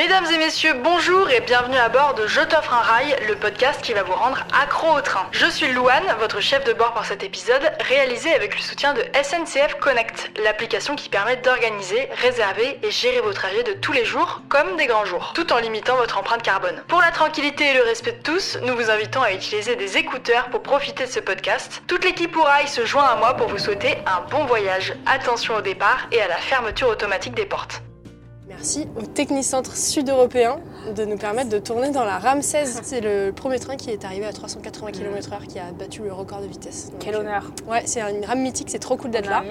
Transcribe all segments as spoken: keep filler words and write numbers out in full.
Mesdames et messieurs, bonjour et bienvenue à bord de Je t'offre un rail, le podcast qui va vous rendre accro au train. Je suis Louane, votre chef de bord pour cet épisode, réalisé avec le soutien de S N C F Connect, l'application qui permet d'organiser, réserver et gérer vos trajets de tous les jours comme des grands jours, tout en limitant votre empreinte carbone. Pour la tranquillité et le respect de tous, nous vous invitons à utiliser des écouteurs pour profiter de ce podcast. Toute l'équipe Ourail se joint à moi pour vous souhaiter un bon voyage. Attention au départ et à la fermeture automatique des portes. Merci au Technicentre Sud-Européen de nous permettre de tourner dans la RAM seize. C'est le premier train qui est arrivé à trois cent quatre-vingts kilomètres heure qui a battu le record de vitesse. Donc, Quel honneur. euh, Ouais, c'est une RAM mythique, c'est trop cool d'être là.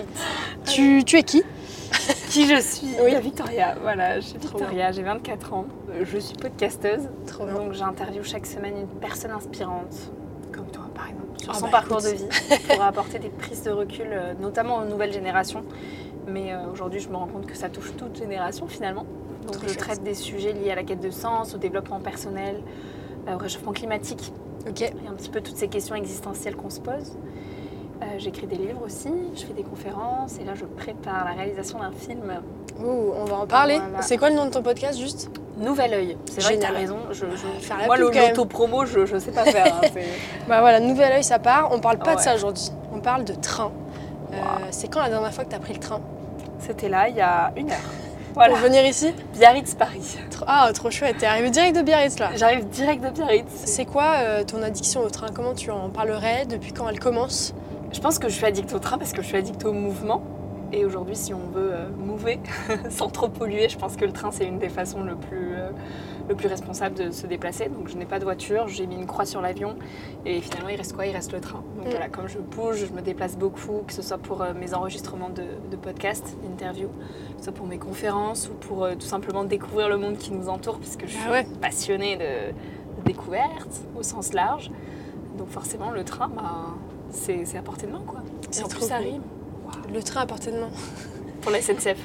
Tu, tu es qui? Qui je suis? Oui. Victoria, voilà, je suis Trop Victoria, j'ai vingt-quatre ans, je suis podcasteuse, Trop bien. donc j'interviewe chaque semaine une personne inspirante, comme toi par exemple, sur Ah son bah, parcours écoute. de vie, pour apporter des prises de recul, euh, notamment aux nouvelles générations. Mais euh, aujourd'hui, je me rends compte que ça touche toute génération finalement. Donc Trop je chouette. traite des sujets liés à la quête de sens, au développement personnel, euh, au réchauffement climatique, Ok. et un petit peu toutes ces questions existentielles qu'on se pose. Euh, J'écris des livres aussi, je fais des conférences et là je prépare la réalisation d'un film Ouh, on va en parler. Voilà. C'est quoi le nom de ton podcast juste? Nouvel œil. C'est vrai que Génial. t'as raison. Je, je- Faire la moi, pub, le- quand même. l'auto-promo, je, je sais pas faire. hein, c'est- Bah voilà, nouvel œil ça part. On parle pas de Ouais. ça aujourd'hui. On parle de train. Euh, Wow. c'est quand la dernière fois que t'as pris le train C'était là il y a une heure. Voilà. pour venir ici? Biarritz, Paris. Trop- Ah, trop chouette. T'es arrivé direct de Biarritz là. J'arrive direct de Biarritz. C'est quoi euh, ton addiction au train? Comment tu en parlerais? Depuis quand elle commence? Je pense que je suis addict au train parce que je suis addict au mouvement. Et aujourd'hui, si on veut euh, mouver sans trop polluer, je pense que le train, c'est une des façons le plus, euh, le plus responsable de se déplacer. Donc, je n'ai pas de voiture, j'ai mis une croix sur l'avion. Et finalement, il reste quoi? Il reste le train. Donc, Mm. voilà, comme je bouge, je me déplace beaucoup, que ce soit pour euh, mes enregistrements de, de podcasts, d'interviews, que ce soit pour mes conférences ou pour euh, tout simplement découvrir le monde qui nous entoure, puisque je suis Ah ouais. passionnée de, de découverte au sens large. Donc, forcément, le train, bah, c'est c'est à portée de main, quoi. Et C'est en trop plus, ça cool. rime. Le train à portée de main. Pour la S N C F.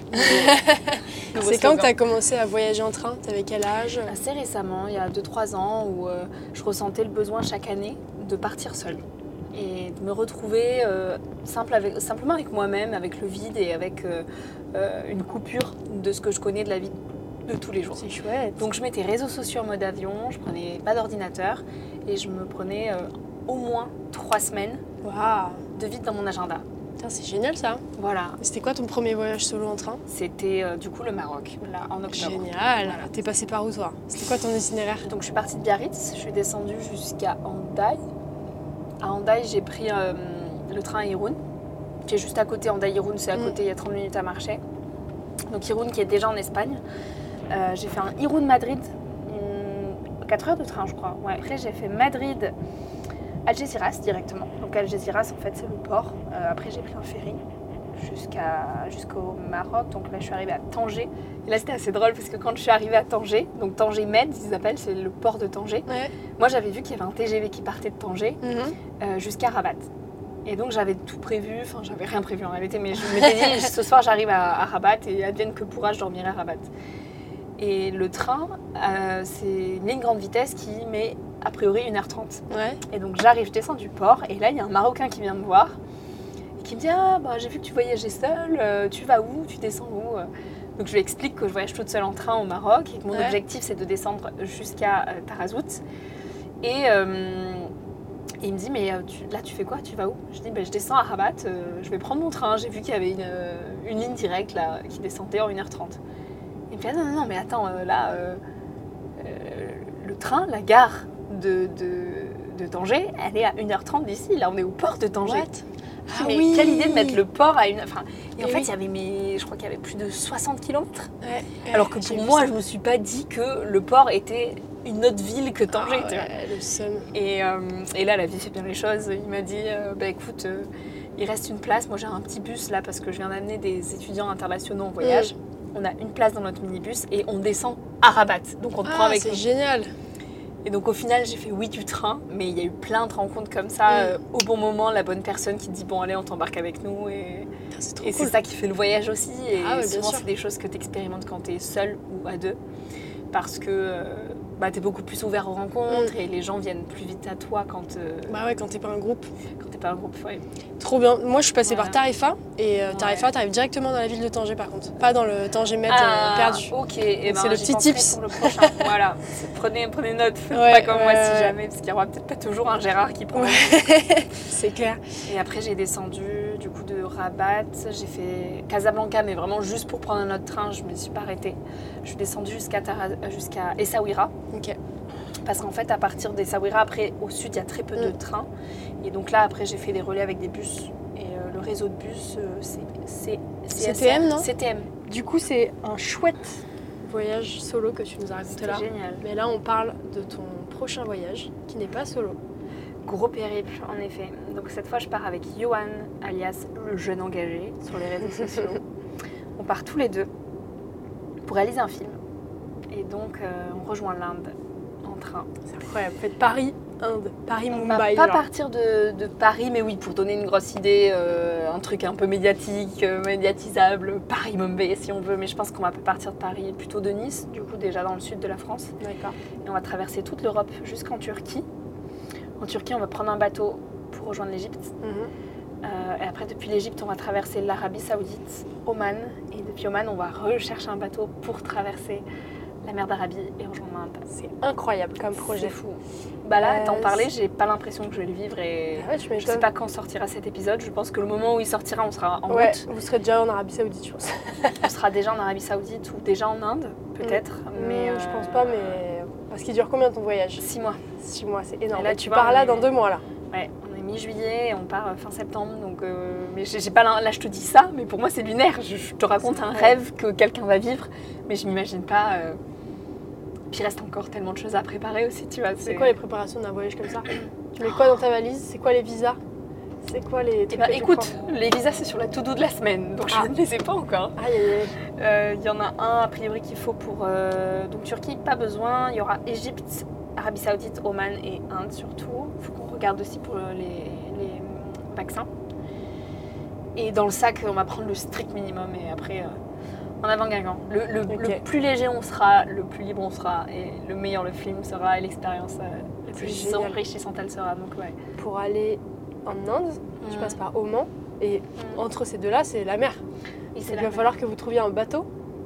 Nouveau C'est quand que slogan. tu as commencé à voyager en train? T'avais quel âge? Assez récemment, il y a deux trois ans, où euh, je ressentais le besoin chaque année de partir seule et de me retrouver euh, simple avec, simplement avec moi-même, avec le vide et avec euh, euh, une coupure de ce que je connais de la vie de tous les jours. C'est chouette. Donc je mettais réseaux sociaux en mode avion, je prenais pas d'ordinateur et je me prenais euh, au moins trois semaines Waouh. de vide dans mon agenda. Putain, c'est génial ça. Voilà, C'était quoi ton premier voyage solo en train? c'était euh, du coup le Maroc, là, en octobre. Génial. Voilà. T'es passé par où toi? C'était quoi ton itinéraire? Donc je suis partie de Biarritz, je suis descendue jusqu'à Hendaye. À Hendaye, j'ai pris euh, le train à Irun, qui est juste à côté. Hendaye Irun, c'est à Mm. côté, il y a trente minutes à marcher. Donc Irun qui est déjà en Espagne. Euh, j'ai fait un Irun Madrid, hum, quatre heures de train je crois. Ouais. Après j'ai fait Madrid Algeciras directement. Donc Algeciras en fait c'est le port. Euh, après j'ai pris un ferry jusqu'à, jusqu'au Maroc. Donc là je suis arrivée à Tanger. Et là c'était assez drôle parce que quand je suis arrivée à Tanger, donc Tanger Med ils appellent, c'est le port de Tanger. Ouais. Moi j'avais vu qu'il y avait un T G V qui partait de Tanger Mhm. euh, jusqu'à Rabat. Et donc j'avais tout prévu, enfin j'avais rien prévu en réalité, mais je m'étais dit ce soir j'arrive à, à Rabat et advienne que pourra, je dormirai à Rabat. Et le train, euh, c'est une ligne grande vitesse qui met a priori une heure trente. Ouais. Et donc j'arrive, je descends du port et là il y a un Marocain qui vient me voir et qui me dit ah bah j'ai vu que tu voyageais seule, euh, tu vas où, tu descends où? Donc je lui explique que je voyage toute seule en train au Maroc et que mon Ouais. objectif c'est de descendre jusqu'à euh, Tarazout. Et euh, il me dit mais euh, tu- là tu fais quoi, tu vas où? Je dis bah, je descends à Rabat, euh, je vais prendre mon train, j'ai vu qu'il y avait une, euh, une ligne directe là qui descendait en une heure trente. Il me fait ah, non non non mais attends euh, là euh, euh, le train, la gare de, de, de Tanger, elle est à une heure trente d'ici, là on est au port de Tanger. What? Je dis, mais quelle idée de mettre le port à une... Enfin, et en Et fait, oui. il y avait mes... je crois qu'il y avait plus de soixante kilomètres. Ouais. Alors que J'ai pour vu moi, ça. je me suis pas dit que le port était une autre ville que Tanger. Ah tu vois. ouais, le seum. Et, euh, et là, la vie fait bien les choses. Il m'a dit, euh, bah écoute, euh, il reste une place. Moi, j'ai un petit bus là parce que je viens d'amener des étudiants internationaux en voyage. On a une place dans notre minibus et on descend à Rabat. Donc on te prend Ah, avec c'est nous. génial. Et donc au final, j'ai fait oui du train, mais il y a eu plein de rencontres comme ça, Mm. euh, au bon moment, la bonne personne qui te dit bon allez, on t'embarque avec nous. Et, Putain, c'est trop et cool. c'est ça qui fait le voyage aussi. Et Ah ouais, bien souvent, sûr. c'est des choses que tu expérimentes quand tu es seul ou à deux. parce que euh, bah, t'es beaucoup plus ouvert aux rencontres mm. et les gens viennent plus vite à toi quand... Euh, bah ouais, quand t'es pas un groupe. Quand t'es pas un groupe, ouais. Trop bien. Moi, je suis passée voilà. par Tarifa. Et euh, Tarifa, ouais. t'arrives directement dans la ville de Tanger, par contre. Pas dans le Tanger Med ah, euh, perdu. ok. Et ben, c'est le petit tips. Pour le prochain. Voilà. Prenez, prenez note. Faites ouais, pas comme ouais, moi, ouais. si jamais. Parce qu'il y aura peut-être pas toujours un Gérard qui prend. Ouais. C'est clair. Et après, j'ai descendu du coup de Rabat. J'ai fait Casablanca, mais vraiment juste pour prendre un autre train. Je me suis pas arrêtée. Je suis descendue jusqu'à Tara... jusqu'à Essaouira. Ok. Parce qu'en fait, à partir d'Essaouira, après, au sud, il y a très peu mm. de trains. Et donc là, après, j'ai fait des relais avec des bus. Et euh, le réseau de bus, euh, c'est, c'est, c'est C T M, non C T M. Du coup, c'est un chouette voyage solo que tu nous as raconté C'était là. génial. Mais là, on parle de ton prochain voyage, qui n'est pas solo. Gros périple, en effet. Donc cette fois, je pars avec Johan, alias le jeune engagé, sur les réseaux sociaux. On part tous les deux pour réaliser un film. Et donc, euh, on rejoint l'Inde en train. C'est incroyable. Faites Paris, Inde, Paris, On Mumbai. va pas genre. partir de, de Paris, mais oui, pour donner une grosse idée, euh, un truc un peu médiatique, euh, médiatisable, Paris, Mumbai si on veut. Mais je pense qu'on va pas partir de Paris, plutôt de Nice, du coup déjà dans le sud de la France. D'accord. Et on va traverser toute l'Europe jusqu'en Turquie. En Turquie, on va prendre un bateau pour rejoindre l'Égypte. Mm-hmm. Euh, et après, depuis l'Égypte, on va traverser l'Arabie Saoudite, Oman. Et depuis Oman, on va rechercher un bateau pour traverser la mer d'Arabie et rejoindre l'Inde. C'est incroyable comme projet. C'est fou. Bah là, euh, t'en parlais, j'ai pas l'impression que je vais le vivre et ah ouais, tu je sais pas quand sortira cet épisode. Je pense que le moment où il sortira, on sera en ouais, route. vous serez déjà en Arabie Saoudite, je pense. On sera déjà en Arabie Saoudite ou déjà en Inde, peut-être. Mmh. Mais mmh, euh... je pense pas, mais parce qu'il dure combien ton voyage? Six mois. Six mois, c'est énorme. Et là, et tu tu vois, pars là est... dans deux mois là. Ouais, on est mi-juillet et on part fin septembre, donc euh, mais j'ai, j'ai pas là, là je te dis ça, mais pour moi c'est lunaire. Je, je te raconte un rêve que quelqu'un va vivre, mais je m'imagine pas. Euh... Puis il reste encore tellement de choses à préparer aussi, tu vois. C'est, c'est quoi les préparations d'un voyage comme ça? Tu mets quoi dans ta valise? C'est quoi les visas? C'est quoi les trucs? Eh ben, écoute, les visas c'est sur la to-do de la semaine, donc ah. je ne les ai pas encore. Aïe aïe aïe. Il euh, y en a un a priori qu'il faut pour euh, donc Turquie, pas besoin. Il y aura Égypte, Arabie Saoudite, Oman et Inde surtout. Il faut qu'on regarde aussi pour les, les vaccins. Et dans le sac, on va prendre le strict minimum et après euh, en avant Guingamp. Le, le, okay. le plus léger on sera, le plus libre on sera et le meilleur le film sera et l'expérience euh, la plus enrichissante elle sera. Donc ouais. Pour aller en Inde, mmh. tu passes par Oman et mmh. entre ces deux-là, c'est la mer. Et c'est il va falloir que vous trouviez un bateau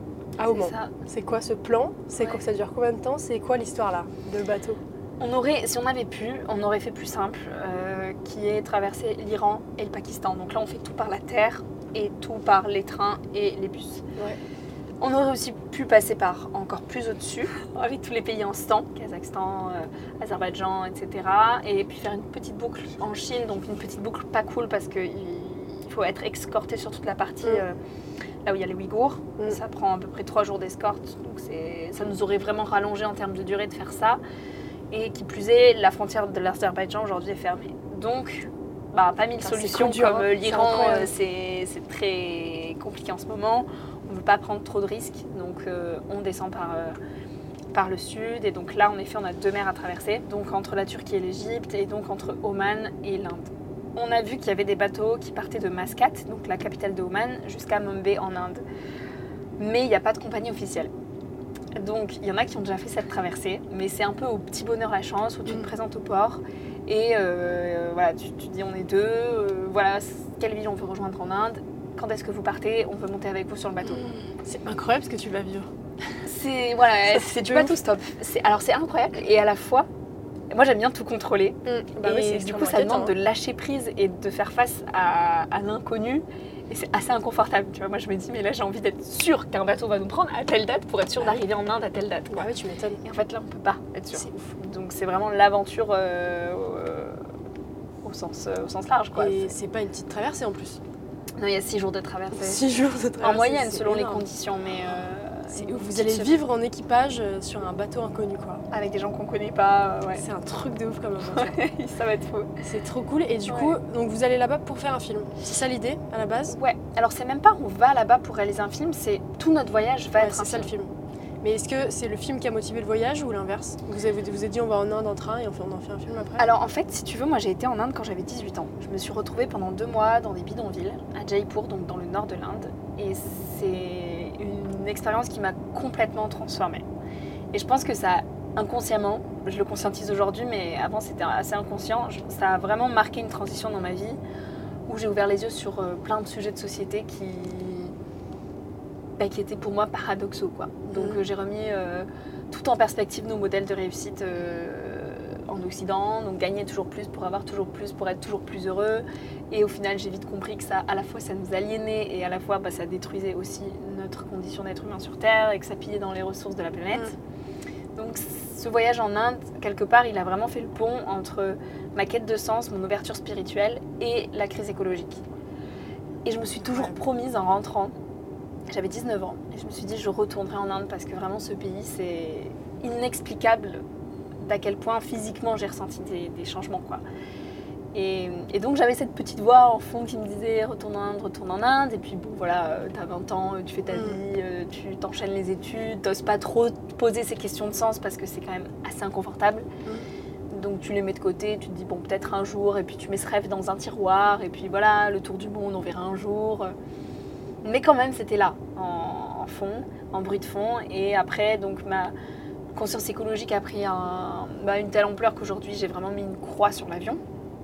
à Oman. C'est, ça. C'est quoi ce plan? C'est ouais. quoi, ça dure combien de temps? C'est quoi l'histoire là de bateau? On aurait, si on avait pu, on aurait fait plus simple, euh, qui est traverser l'Iran et le Pakistan. Donc là, on fait tout par la terre et tout par les trains et les bus. Ouais. On aurait aussi pu passer par encore plus au-dessus, avec tous les pays en stand, Kazakhstan, euh, Azerbaïdjan, et cetera. Et puis faire une petite boucle en Chine, donc une petite boucle pas cool parce qu'il faut être escorté sur toute la partie mm. euh, là où il y a les Ouïghours. Mm. Ça prend à peu près trois jours d'escorte, donc c'est, ça nous aurait vraiment rallongé en termes de durée de faire ça. Et qui plus est, la frontière de l'Azerbaïdjan aujourd'hui est fermée. Donc, bah, pas mille enfin, solutions dur, comme hein. l'Iran, c'est, c'est, c'est très compliqué en ce moment. On ne veut pas prendre trop de risques, donc euh, on descend par, euh, par le sud. Et donc là, en effet, on a deux mers à traverser, donc entre la Turquie et l'Égypte, et donc entre Oman et l'Inde. On a vu qu'il y avait des bateaux qui partaient de Mascate, donc la capitale de Oman, jusqu'à Mumbai en Inde. Mais il n'y a pas de compagnie officielle. Donc il y en a qui ont déjà fait cette traversée, mais c'est un peu au petit bonheur la chance, où tu te présentes au port et euh, voilà, tu, tu dis on est deux, euh, voilà, quelle ville on veut rejoindre en Inde, quand est-ce que vous partez, on veut monter avec vous sur le bateau. C'est incroyable ce que tu vas vivre. C'est, voilà, c'est du bateau stop. C'est, alors c'est incroyable et à la fois, moi j'aime bien tout contrôler mmh. bah et oui, c'est du coup ça demande hein. de lâcher prise et de faire face à, à l'inconnu. Et c'est assez inconfortable, tu vois. Moi, je me dis, mais là, j'ai envie d'être sûre qu'un bateau va nous prendre à telle date pour être sûre d'arriver en Inde à telle date. Bah oui, tu m'étonnes. Et en fait, là, on peut pas être sûr. C'est ouf. Donc, c'est vraiment l'aventure euh, euh, au, sens, euh, au sens large, quoi. Et c'est... c'est pas une petite traversée en plus. Non, il y a six jours de traversée. Six jours de traversée. En moyenne, selon énorme. les conditions, mais. Euh, c'est ouf. Vous allez vivre en équipage sur un bateau inconnu, quoi. Avec des gens qu'on connaît pas, ouais. C'est un truc de ouf comme aventure. Ça va être fou. C'est trop cool. Et du ouais. coup, donc vous allez là-bas pour faire un film. C'est ça l'idée à la base? Ouais. Alors c'est même pas on va là-bas pour réaliser un film, c'est tout notre voyage va ouais, être c'est un ça film. le film. Mais est-ce que c'est le film qui a motivé le voyage ou l'inverse? Vous avez vous avez dit on va en Inde en train et on en fait un film après? Alors en fait, si tu veux, moi j'ai été en Inde quand j'avais dix-huit ans. Je me suis retrouvée pendant deux mois dans des bidonvilles à Jaipur, donc dans le nord de l'Inde. Et c'est une expérience qui m'a complètement transformée. Et je pense que ça, inconsciemment, je le conscientise aujourd'hui, mais avant c'était assez inconscient, je- ça a vraiment marqué une transition dans ma vie où j'ai ouvert les yeux sur euh, plein de sujets de société qui, bah, qui étaient pour moi paradoxaux, quoi. Donc Mhm. euh, j'ai remis euh, tout en perspective nos modèles de réussite euh, en Occident, donc gagner toujours plus pour avoir toujours plus, pour être toujours plus heureux. Et au final, j'ai vite compris que ça, à la fois, ça nous aliénait et à la fois, bah, ça détruisait aussi notre condition d'être humain sur Terre et que ça pillait dans les ressources de la planète. Donc ce voyage en Inde, quelque part, il a vraiment fait le pont entre ma quête de sens, mon ouverture spirituelle et la crise écologique. Et je me suis toujours Ouais. promise en rentrant, j'avais dix-neuf ans, et je me suis dit je retournerai en Inde parce que vraiment ce pays, c'est inexplicable d'à quel point physiquement j'ai ressenti des, des changements, quoi. Et, et donc j'avais cette petite voix en fond qui me disait retourne en Inde, retourne en Inde. Et puis bon voilà, euh, t'as vingt ans, euh, tu fais ta Mm. vie, euh, tu t'enchaînes les études, t'oses pas trop te poser ces questions de sens parce que c'est quand même assez inconfortable. Donc tu les mets de côté, tu te dis bon peut-être un jour, et puis tu mets ce rêve dans un tiroir, et puis voilà, le tour du monde, on verra un jour. Mais quand même c'était là, en, en fond, en bruit de fond. Et après donc ma conscience écologique a pris un, bah, une telle ampleur qu'aujourd'hui j'ai vraiment mis une croix sur l'avion.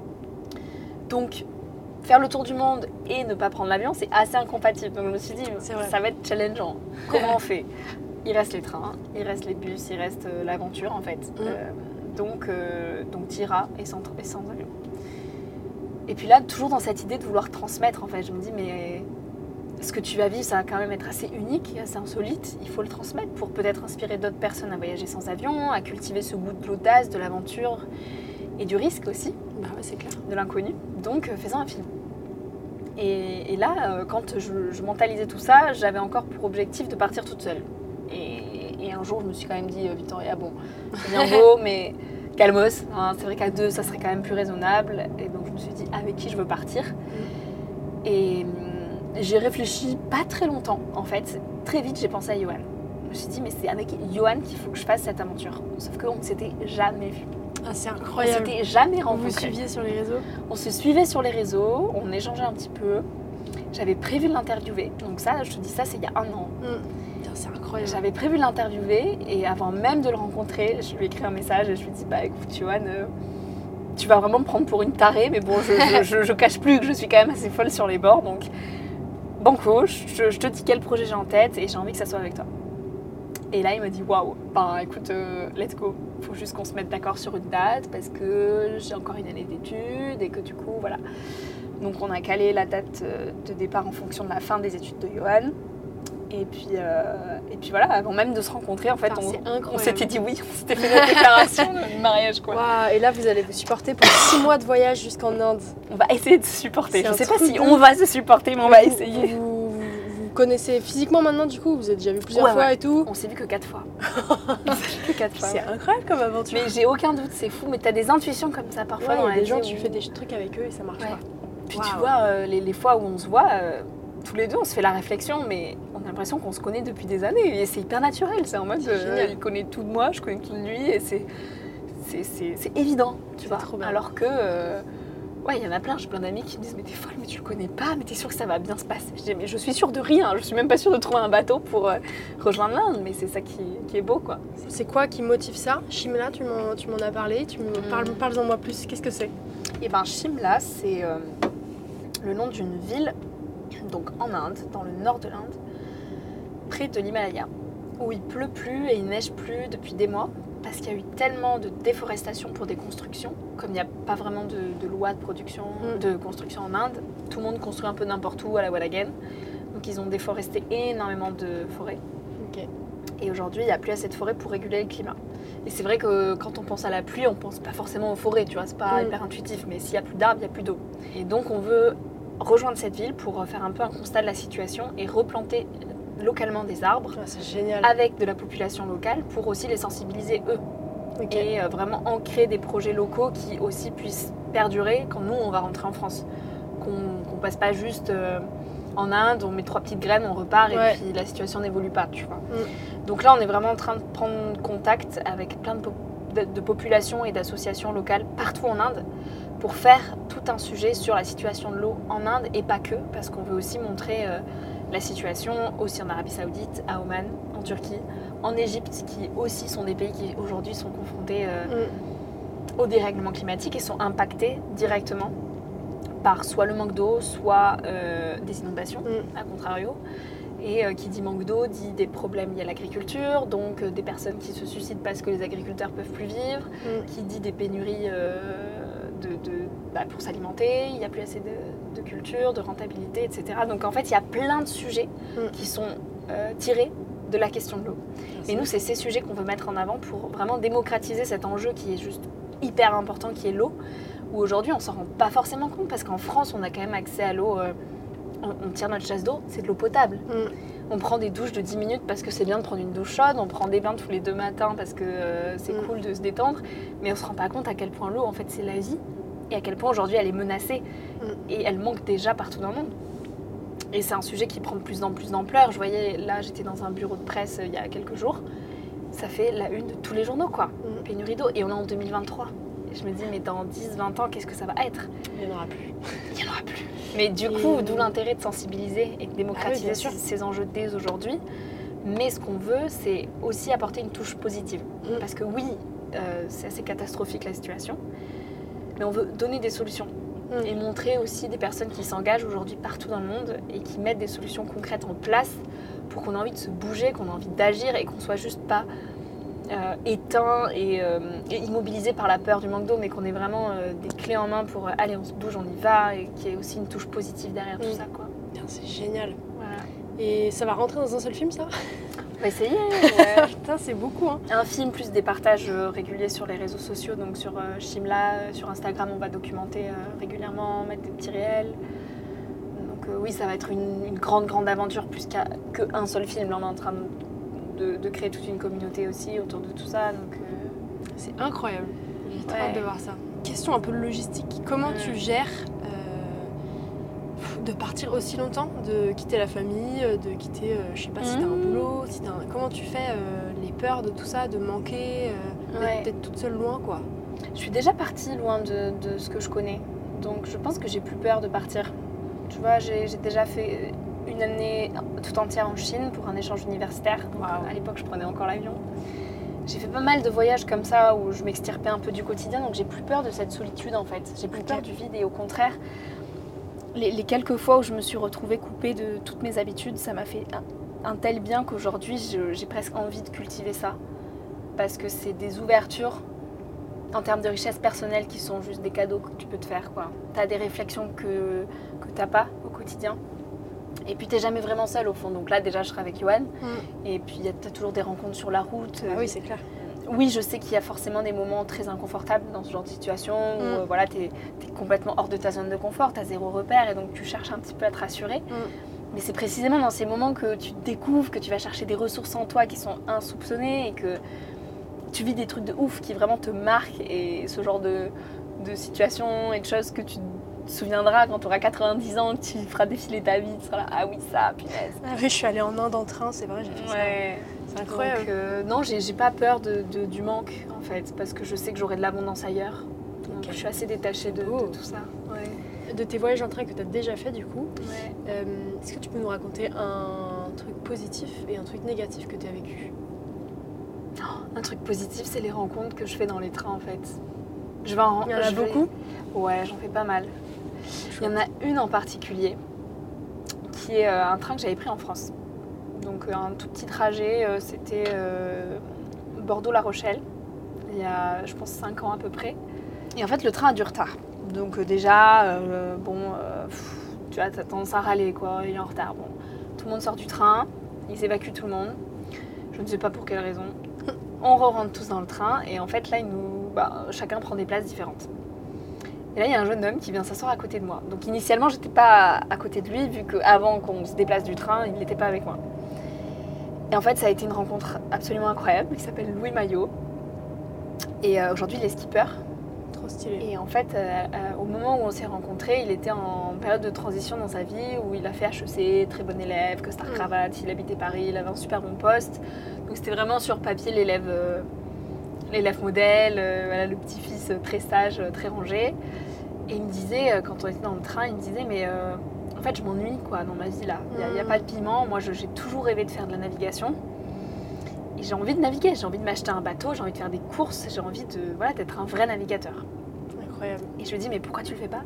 Donc, faire le tour du monde et ne pas prendre l'avion, c'est assez incompatible. Donc, je me suis dit, C'est vrai. ça va être challengeant. Comment on fait? Il reste les trains, il reste les bus, il reste euh, l'aventure, en fait. Mm. Euh, donc, euh, donc tu iras et sans, et sans avion. Et puis là, toujours dans cette idée de vouloir transmettre, en fait, je me dis, mais ce que tu vas vivre, ça va quand même être assez unique et assez insolite. Il faut le transmettre pour peut-être inspirer d'autres personnes à voyager sans avion, à cultiver ce goût de l'audace, de l'aventure et du risque aussi. Bah ouais, c'est clair. De l'inconnu, donc euh, faisant un film. Et, et là, euh, quand je, je mentalisais tout ça, j'avais encore pour objectif de partir toute seule. Et, et un jour, je me suis quand même dit, euh, Victoria, bon, c'est bien beau, mais calmos, hein, c'est vrai qu'à deux, ça serait quand même plus raisonnable. Et donc je me suis dit, avec qui je veux partir? Et hum, j'ai réfléchi pas très longtemps, en fait. Très vite, j'ai pensé à Johan. Je me suis dit, mais c'est avec Johan qu'il faut que je fasse cette aventure. Sauf qu'on ne s'était jamais vu. Ah, c'est On incroyable. s'était jamais Vous vous rencontrés. suiviez sur les réseaux? On se suivait sur les réseaux, on échangeait un petit peu. J'avais prévu de l'interviewer. Donc ça, je te dis ça, c'est il y a un an. Putain, c'est incroyable. J'avais prévu de l'interviewer et avant même de le rencontrer, je lui ai écrit un message et je lui ai dit, bah écoute Johan, euh, tu vas vraiment me prendre pour une tarée, mais bon, je, je, je, je cache plus que je suis quand même assez folle sur les bords. Donc banco, je, je te dis quel projet j'ai en tête et j'ai envie que ça soit avec toi. Et là, il m'a dit waouh, ben écoute, euh, let's go. Faut juste qu'on se mette d'accord sur une date parce que j'ai encore une année d'études et que du coup, voilà. Donc, on a calé la date de départ en fonction de la fin des études de Johan. Et puis, euh, et puis voilà, avant même de se rencontrer, en fait, Ah, on, c'est incroyable. on s'était dit oui, on s'était fait la déclaration du mariage, quoi. Waouh, et là, vous allez vous supporter pour six mois de voyage jusqu'en Inde. On va essayer de se supporter. C'est Je un sais pas truc si de on ouf. va se supporter, mais on va Vous- essayer. Vous, vous, vous connaissez physiquement maintenant, du coup? Vous êtes déjà vu plusieurs Ouais, fois ouais. et tout? On s'est vu que quatre fois. On s'est vu que quatre fois. C'est ouais. incroyable comme aventure. Mais j'ai aucun doute, c'est fou. Mais t'as des intuitions comme ça parfois Ouais, dans il y a la des gens, vie tu où- fais des trucs avec eux et ça marche Ouais. pas. Puis Waouh. tu vois, euh, les, les fois où on se voit, euh, tous les deux, on se fait la réflexion, mais on a l'impression qu'on se connaît depuis des années. Et c'est hyper naturel. C'est en mode, C'est euh, génial. il connaît tout de moi, je connais tout de lui. Et c'est, c'est, c'est, c'est évident, tu C'est vois. trop bien. Alors que, euh, ouais, il y en a plein. J'ai plein d'amis qui me disent, mais t'es folle, mais tu le connais pas, mais t'es sûre que ça va bien se passer. Je dis, mais je suis sûre de rien. Je suis même pas sûre de trouver un bateau pour euh, rejoindre l'Inde. Mais c'est ça qui, qui est beau, quoi. C'est quoi qui motive ça? Shimla, tu m'en, tu m'en as parlé, tu me Mm. parles, parles-en moi plus. Qu'est-ce que c'est? Et ben Shimla, c'est euh, le nom d'une ville donc en Inde, dans le nord de l'Inde, près de l'Himalaya, où il pleut plus et il neige plus depuis des mois, parce qu'il y a eu tellement de déforestation pour des constructions, comme il n'y a pas vraiment de, de loi de production, Mm. de construction en Inde, tout le monde construit un peu n'importe où à la Wallagan, donc ils ont déforesté énormément de forêts. Ok. Et aujourd'hui, il n'y a plus assez de forêts pour réguler le climat. Et c'est vrai que quand on pense à la pluie, on pense pas forcément aux forêts, tu vois, c'est pas Mm. hyper intuitif, mais s'il n'y a plus d'arbres, il n'y a plus d'eau. Et donc on veut rejoindre cette ville pour faire un peu un constat de la situation et replanter localement des arbres Ah, c'est génial. avec de la population locale pour aussi les sensibiliser eux. Ok. Et euh, vraiment ancrer des projets locaux qui aussi puissent perdurer quand nous on va rentrer en France. Qu'on qu'on passe pas juste euh, en Inde, on met trois petites graines, on repart Ouais. et puis la situation n'évolue pas, tu vois. Mm. Donc là on est vraiment en train de prendre contact avec plein de, po- de, de populations et d'associations locales partout en Inde pour faire tout un sujet sur la situation de l'eau en Inde et pas que, parce qu'on veut aussi montrer euh, la situation aussi en Arabie Saoudite, à Oman, en Turquie, en Égypte, qui aussi sont des pays qui aujourd'hui sont confrontés euh, mm. au dérèglement climatique et sont impactés directement par soit le manque d'eau, soit euh, des inondations, mm. à contrario. Et euh, qui dit manque d'eau dit des problèmes liés à l'agriculture, donc euh, des personnes qui se suicident parce que les agriculteurs ne peuvent plus vivre, mm. qui dit des pénuries euh, de, de, bah, pour s'alimenter, il n'y a plus assez de, de culture, de rentabilité, et cetera. Donc en fait, il y a plein de sujets mm. qui sont euh, tirés de la question de l'eau. Merci. Et nous, c'est ces sujets qu'on veut mettre en avant pour vraiment démocratiser cet enjeu qui est juste hyper important, qui est l'eau, où aujourd'hui, on ne s'en rend pas forcément compte, parce qu'en France, on a quand même accès à l'eau... Euh, On, on tire notre chasse d'eau, c'est de l'eau potable. Mm. On prend des douches de dix minutes parce que c'est bien de prendre une douche chaude, on prend des bains tous les deux matins parce que euh, c'est mm. cool de se détendre, mais on ne se rend pas compte à quel point l'eau, en fait, c'est la vie, et à quel point aujourd'hui elle est menacée, mm. et elle manque déjà partout dans le monde. Et c'est un sujet qui prend de plus en plus d'ampleur. Je voyais, là, j'étais dans un bureau de presse euh, il y a quelques jours, ça fait la une de tous les journaux, quoi. Mm. Pénurie d'eau, et on est en deux mille vingt-trois. Et je me dis, mais dans dix vingt ans, qu'est-ce que ça va être ? Il n'y en aura plus. Il n'y en aura plus. Mais du coup, et... d'où l'intérêt de sensibiliser et de démocratiser ah oui, ces enjeux dès aujourd'hui. Mais ce qu'on veut, c'est aussi apporter une touche positive. Mm. Parce que oui, euh, c'est assez catastrophique la situation, mais on veut donner des solutions. Mm. Et montrer aussi des personnes qui s'engagent aujourd'hui partout dans le monde et qui mettent des solutions concrètes en place pour qu'on ait envie de se bouger, qu'on ait envie d'agir et qu'on soit juste pas... Euh, éteint et, euh, et immobilisé par la peur du manque d'eau, mais qu'on ait vraiment euh, des clés en main pour euh, allez, on se bouge, on y va, et qu'il y ait aussi une touche positive derrière mmh. tout ça, quoi. Bien, c'est génial. Voilà. Et ça va rentrer dans un seul film, ça ? On va essayer. Ouais. Putain, c'est beaucoup, hein. Un film plus des partages euh, réguliers sur les réseaux sociaux, donc sur euh, Shimla, euh, sur Instagram, on va documenter euh, régulièrement, mettre des petits réels. Donc euh, oui, ça va être une, une grande, grande aventure plus qu'à qu'un seul film. Là, on est en train de De, de créer toute une communauté aussi autour de tout ça. Donc, euh... c'est incroyable. J'ai trop hâte de voir ça. Question un peu logistique. Comment mmh. tu gères euh, de partir aussi longtemps, de quitter la famille, de quitter, euh, je sais pas, mmh. si t'as un boulot, si t'as un... comment tu fais euh, les peurs de tout ça, de manquer, euh, ouais. d'être toute seule loin, quoi. Je suis déjà partie loin de, de ce que je connais. Donc je pense que j'ai plus peur de partir. Tu vois, j'ai, j'ai déjà fait une année tout entière en Chine pour un échange universitaire. Donc, wow. À l'époque, je prenais encore l'avion. J'ai fait pas mal de voyages comme ça où je m'extirpais un peu du quotidien, donc j'ai plus peur de cette solitude en fait. J'ai plus okay. peur du vide et au contraire, les, les quelques fois où je me suis retrouvée coupée de toutes mes habitudes, ça m'a fait un, un tel bien qu'aujourd'hui, je, j'ai presque envie de cultiver ça. Parce que c'est des ouvertures en termes de richesse personnelle qui sont juste des cadeaux que tu peux te faire, quoi. T'as des réflexions que, que t'as pas au quotidien. Et puis t'es jamais vraiment seule au fond, donc là déjà je serai avec Yoann, mm. et puis t'as toujours des rencontres sur la route. Ah oui, c'est clair. Oui, je sais qu'il y a forcément des moments très inconfortables dans ce genre de situation, mm. où euh, voilà, t'es, t'es complètement hors de ta zone de confort, t'as zéro repère, et donc tu cherches un petit peu à te rassurer. Mm. Mais c'est précisément dans ces moments que tu découvres, que tu vas chercher des ressources en toi qui sont insoupçonnées, et que tu vis des trucs de ouf qui vraiment te marquent, et ce genre de, de situations et de choses que tu te souviendras quand tu auras quatre-vingt-dix ans, que tu feras défiler ta vie, tu seras là, ah oui, ça, punaise. Ah oui, je suis allée en Inde en train, c'est vrai, j'ai fait ouais. ça. C'est incroyable. Donc, euh, non, j'ai, j'ai pas peur de, de, du manque, en fait, parce que je sais que j'aurai de l'abondance ailleurs. Donc okay. je suis assez détachée de, de tout ça. Ouais. De tes voyages en train que tu as déjà fait, du coup, ouais. euh, est-ce que tu peux nous raconter un truc positif et un truc négatif que tu as vécu ? Un truc positif, c'est les rencontres que je fais dans les trains, en fait. Je vais en, Il y en a je beaucoup vais... Ouais, j'en fais pas mal. Il y en a une en particulier qui est euh, un train que j'avais pris en France. Donc euh, un tout petit trajet, euh, c'était euh, Bordeaux-La Rochelle, il y a je pense cinq ans à peu près. Et en fait le train a du retard. Donc euh, déjà, euh, bon, euh, pff, tu vois, t'as tendance à râler quoi, il est en retard. Bon, tout le monde sort du train, ils évacuent tout le monde. Je ne sais pas pour quelle raison. On re-rentre tous dans le train et en fait là, ils nous, bah, chacun prend des places différentes. Et là, il y a un jeune homme qui vient s'asseoir à côté de moi. Donc initialement, j'étais pas à côté de lui, vu qu'avant qu'on se déplace du train, il n'était pas avec moi. Et en fait, ça a été une rencontre absolument incroyable. Il s'appelle Louis Maillot. Et euh, aujourd'hui, il est skipper. Trop stylé. Et en fait, euh, euh, au moment où on s'est rencontrés, il était en période de transition dans sa vie, où il a fait H E C, très bon élève, costard cravate, il habitait Paris, il avait un super bon poste. Donc c'était vraiment sur papier l'élève, euh, l'élève modèle, euh, voilà, le petit-fils très sage, très rangé. Et il me disait, quand on était dans le train, il me disait, mais euh, en fait, je m'ennuie quoi dans ma vie là. Il n'y a, a pas de piment. Moi, je, j'ai toujours rêvé de faire de la navigation. Et j'ai envie de naviguer. J'ai envie de m'acheter un bateau. J'ai envie de faire des courses. J'ai envie de, voilà, d'être un vrai navigateur. Incroyable. Et je me dis, mais pourquoi tu le fais pas?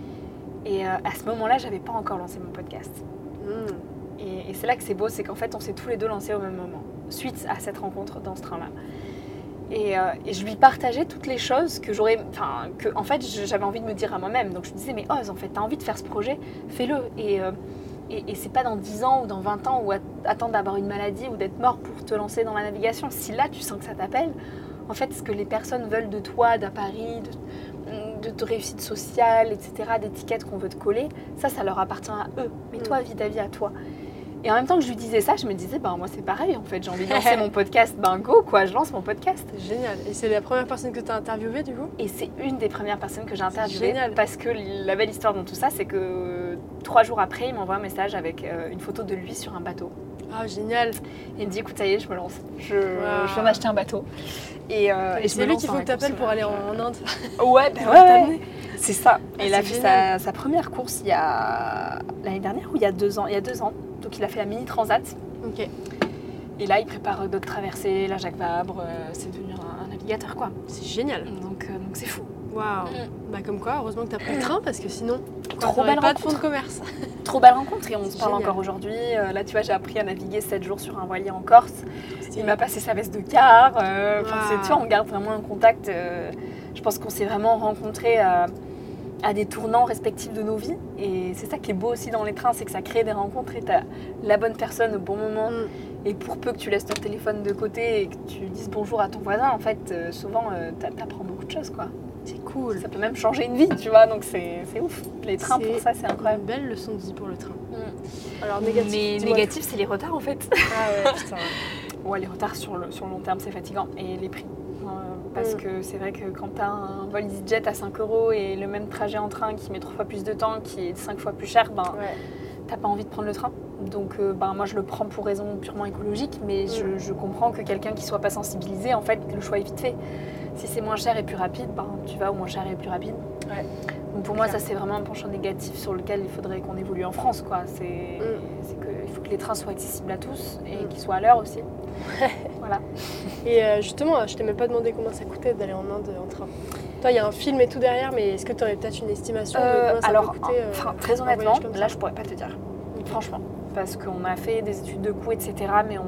Et euh, à ce moment-là, j'avais pas encore lancé mon podcast. Mmh. Et, et c'est là que c'est beau, c'est qu'en fait, on s'est tous les deux lancés au même moment, suite à cette rencontre dans ce train-là. Et, euh, et je lui partageais toutes les choses que j'aurais, enfin, que en fait, j'avais envie de me dire à moi-même. Donc je me disais, mais ose, en fait, t'as envie de faire ce projet, fais-le. Et, euh, et, et c'est pas dans dix ans ou dans vingt ans ou at- attendre d'avoir une maladie ou d'être mort pour te lancer dans la navigation. Si là, tu sens que ça t'appelle, en fait, ce que les personnes veulent de toi, d'Paris, de, de, de réussite sociale, et cetera, d'étiquettes qu'on veut te coller, ça, ça leur appartient à eux. Mais toi, vis ta vie à toi. Et en même temps que je lui disais ça, je me disais, ben moi c'est pareil en fait, j'ai envie de lancer mon podcast, ben go quoi, je lance mon podcast. Génial. Et c'est la première personne que tu as interviewée du coup? Et c'est une des premières personnes que j'ai C'est interviewées. génial. Parce que la belle histoire dans tout ça, c'est que euh, trois jours après, il m'envoie un message avec euh, une photo de lui sur un bateau. Ah, génial. Et il me dit, écoute, ça y est, je me lance, je, Wow. je viens d'acheter un bateau. Et, euh, Et, et je c'est me lui lance qu'il dans faut la que tu appelles course pour aller en, sauvage. en Inde. Ouais, ben Pour ouais, t'amener. c'est ça. Ah, Et il a c'est fait génial. sa, sa première course il y a l'année dernière ou il y a deux ans, il y a deux ans. Donc il a fait la mini transat. Ok. Et là, il prépare d'autres traversées, la Jacques Vabre, euh, c'est devenu un, un navigateur quoi. C'est génial. Donc euh, donc c'est fou. Waouh. Bah comme quoi, heureusement que tu as pris le train parce que sinon, Trop t'aurais belle pas de fonds rencontre. de commerce. Trop belle rencontre et on se C'est parle génial. encore aujourd'hui. Euh, là, tu vois, j'ai appris à naviguer sept jours sur un voilier en Corse. Il m'a passé sa veste de quart. Euh, enfin, c'est- Wow. tu vois, on garde vraiment un contact. euh, je pense qu'on s'est vraiment rencontrés à, à des tournants respectifs de nos vies. Et c'est ça qui est beau aussi dans les trains, c'est que ça crée des rencontres et tu as la bonne personne au bon moment. Mm. Et pour peu que tu laisses ton téléphone de côté et que tu dises bonjour à ton voisin, en fait, euh, souvent, euh, t'a- t'apprends beaucoup de choses, quoi. C'est cool. Ça peut même changer une vie, tu vois, donc c'est c'est ouf. Les trains, pour ça, c'est Une incroyable. belle leçon de vie pour le train. Mm. Alors négatif. Mais dis-moi. négatif, c'est les retards, en fait. Ah ouais, putain. Ouais, les retards sur le, sur le long terme, c'est fatigant. Et les prix. Euh, parce Mm. que c'est vrai que quand t'as un vol EasyJet à cinq euros et le même trajet en train qui met trois fois plus de temps, qui est cinq fois plus cher, ben, Ouais. t'as pas envie de prendre le train. Donc euh, ben, moi je le prends pour raison purement écologique, mais Mm. je, je comprends que quelqu'un qui soit pas sensibilisé, en fait, le choix est vite fait. Si c'est moins cher et plus rapide, ben, tu vas au moins cher et plus rapide. Ouais. Donc pour moi Clair. ça c'est vraiment un penchant négatif sur lequel il faudrait qu'on évolue en France, quoi. C'est Mm. c'est que il faut que les trains soient accessibles à tous et Mm. qu'ils soient à l'heure aussi. Voilà. Et euh, justement, je t'ai même pas demandé combien ça coûtait d'aller en Inde en train. Toi, il y a un film et tout derrière, mais est-ce que tu aurais peut-être une estimation de Euh, combien ça alors, peut coûter euh, enfin, très un honnêtement, voyage comme ça là je pourrais pas te dire, franchement, parce qu'on a fait des études de coûts, et cetera. Mais on,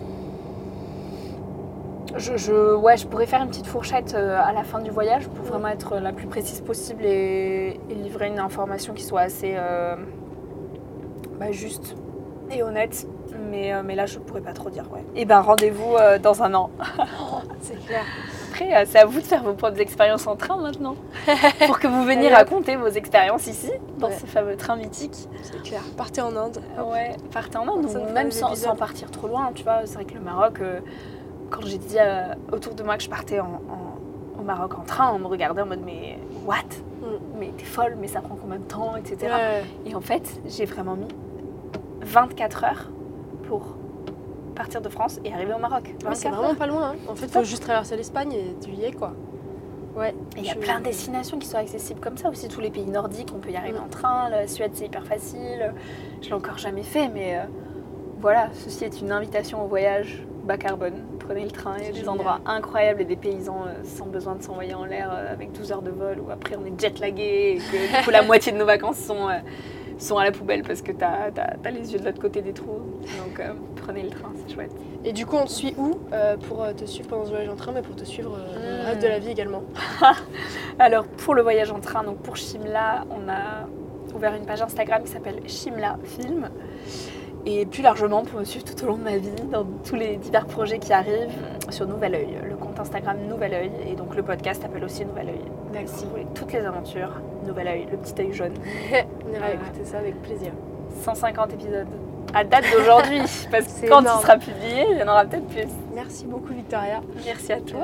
je, je, ouais, je pourrais faire une petite fourchette euh, à la fin du voyage pour vraiment être la plus précise possible et, et livrer une information qui soit assez euh, bah, juste et honnête. Mais, euh, mais là, je pourrais pas trop dire, ouais. Et ben, rendez-vous euh, dans un an. C'est clair. Après, euh, c'est à vous de faire vos propres expériences en train maintenant, pour que vous veniez Allez, hop. raconter vos expériences ici, dans Ouais. ce fameux train mythique. C'est clair. Partez en Inde. Ouais, partez en Inde, Ça nous ou fera même des sans, épisodes. sans partir trop loin, tu vois. C'est vrai que le Maroc, euh, quand j'ai dit euh, autour de moi que je partais en, en- au Maroc en train, on me regardait en mode mais what? Mais t'es folle, mais ça prend combien de temps, et cetera. Ouais. Et en fait, j'ai vraiment mis vingt-quatre heures pour partir de France et arriver au Maroc. Ouais, c'est vingt-quatre vraiment heures. pas loin. Hein. En fait, il ça. faut juste traverser l'Espagne et tu y es, quoi. Ouais. Et il y a Je- plein de destinations qui sont accessibles comme ça aussi, tous les pays nordiques, on peut y arriver Mm. en train, la Suède c'est hyper facile, je l'ai encore jamais fait, mais euh, voilà, ceci est une invitation au voyage bas carbone, prenez le train, il y a C'est des génial. endroits incroyables et des paysans euh, sans besoin de s'envoyer en l'air euh, avec douze heures de vol, ou après on est jet lagué et que du coup la moitié de nos vacances sont, euh, sont à la poubelle parce que t'as as, les yeux de l'autre côté des trous, donc euh, prenez le train, c'est chouette. Et du coup, on te suit où euh, pour euh, te suivre pendant ce voyage en train, mais pour te suivre euh, le Mm. reste de la vie également? Alors pour le voyage en train, donc pour Shimla, on a ouvert une page Instagram qui s'appelle Shimla Film. Et plus largement pour me suivre tout au long de ma vie, dans tous les divers projets qui arrivent, sur Nouvel Oeil, le compte Instagram Nouvel Oeil, et donc le podcast s'appelle aussi Nouvel Oeil. D'accord. Si vous voulez toutes les aventures, Nouvel Oeil, le petit œil jaune. On ira Euh, écouter ça avec plaisir. cent cinquante épisodes à date d'aujourd'hui, parce C'est que quand énorme. il sera publié, il y en aura peut-être plus. Merci beaucoup, Victoria. Merci à toi. Euh,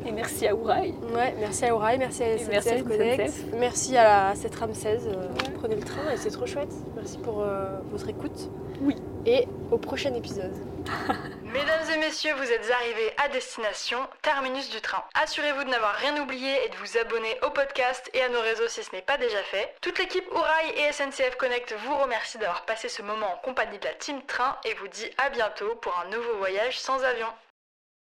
Et merci à Ourail. Ouais, merci à Ourail, merci à Et S N C F merci à Connect, S N C F. merci à, la, à cette Ramsez. Euh, Ouais. Prenez le train et c'est trop chouette. Merci pour euh, votre écoute. Oui. Et au prochain épisode. Mesdames et messieurs, vous êtes arrivés à destination, terminus du train. Assurez-vous de n'avoir rien oublié et de vous abonner au podcast et à nos réseaux si ce n'est pas déjà fait. Toute l'équipe Ourail et S N C F Connect vous remercie d'avoir passé ce moment en compagnie de la Team Train et vous dit à bientôt pour un nouveau voyage sans avion.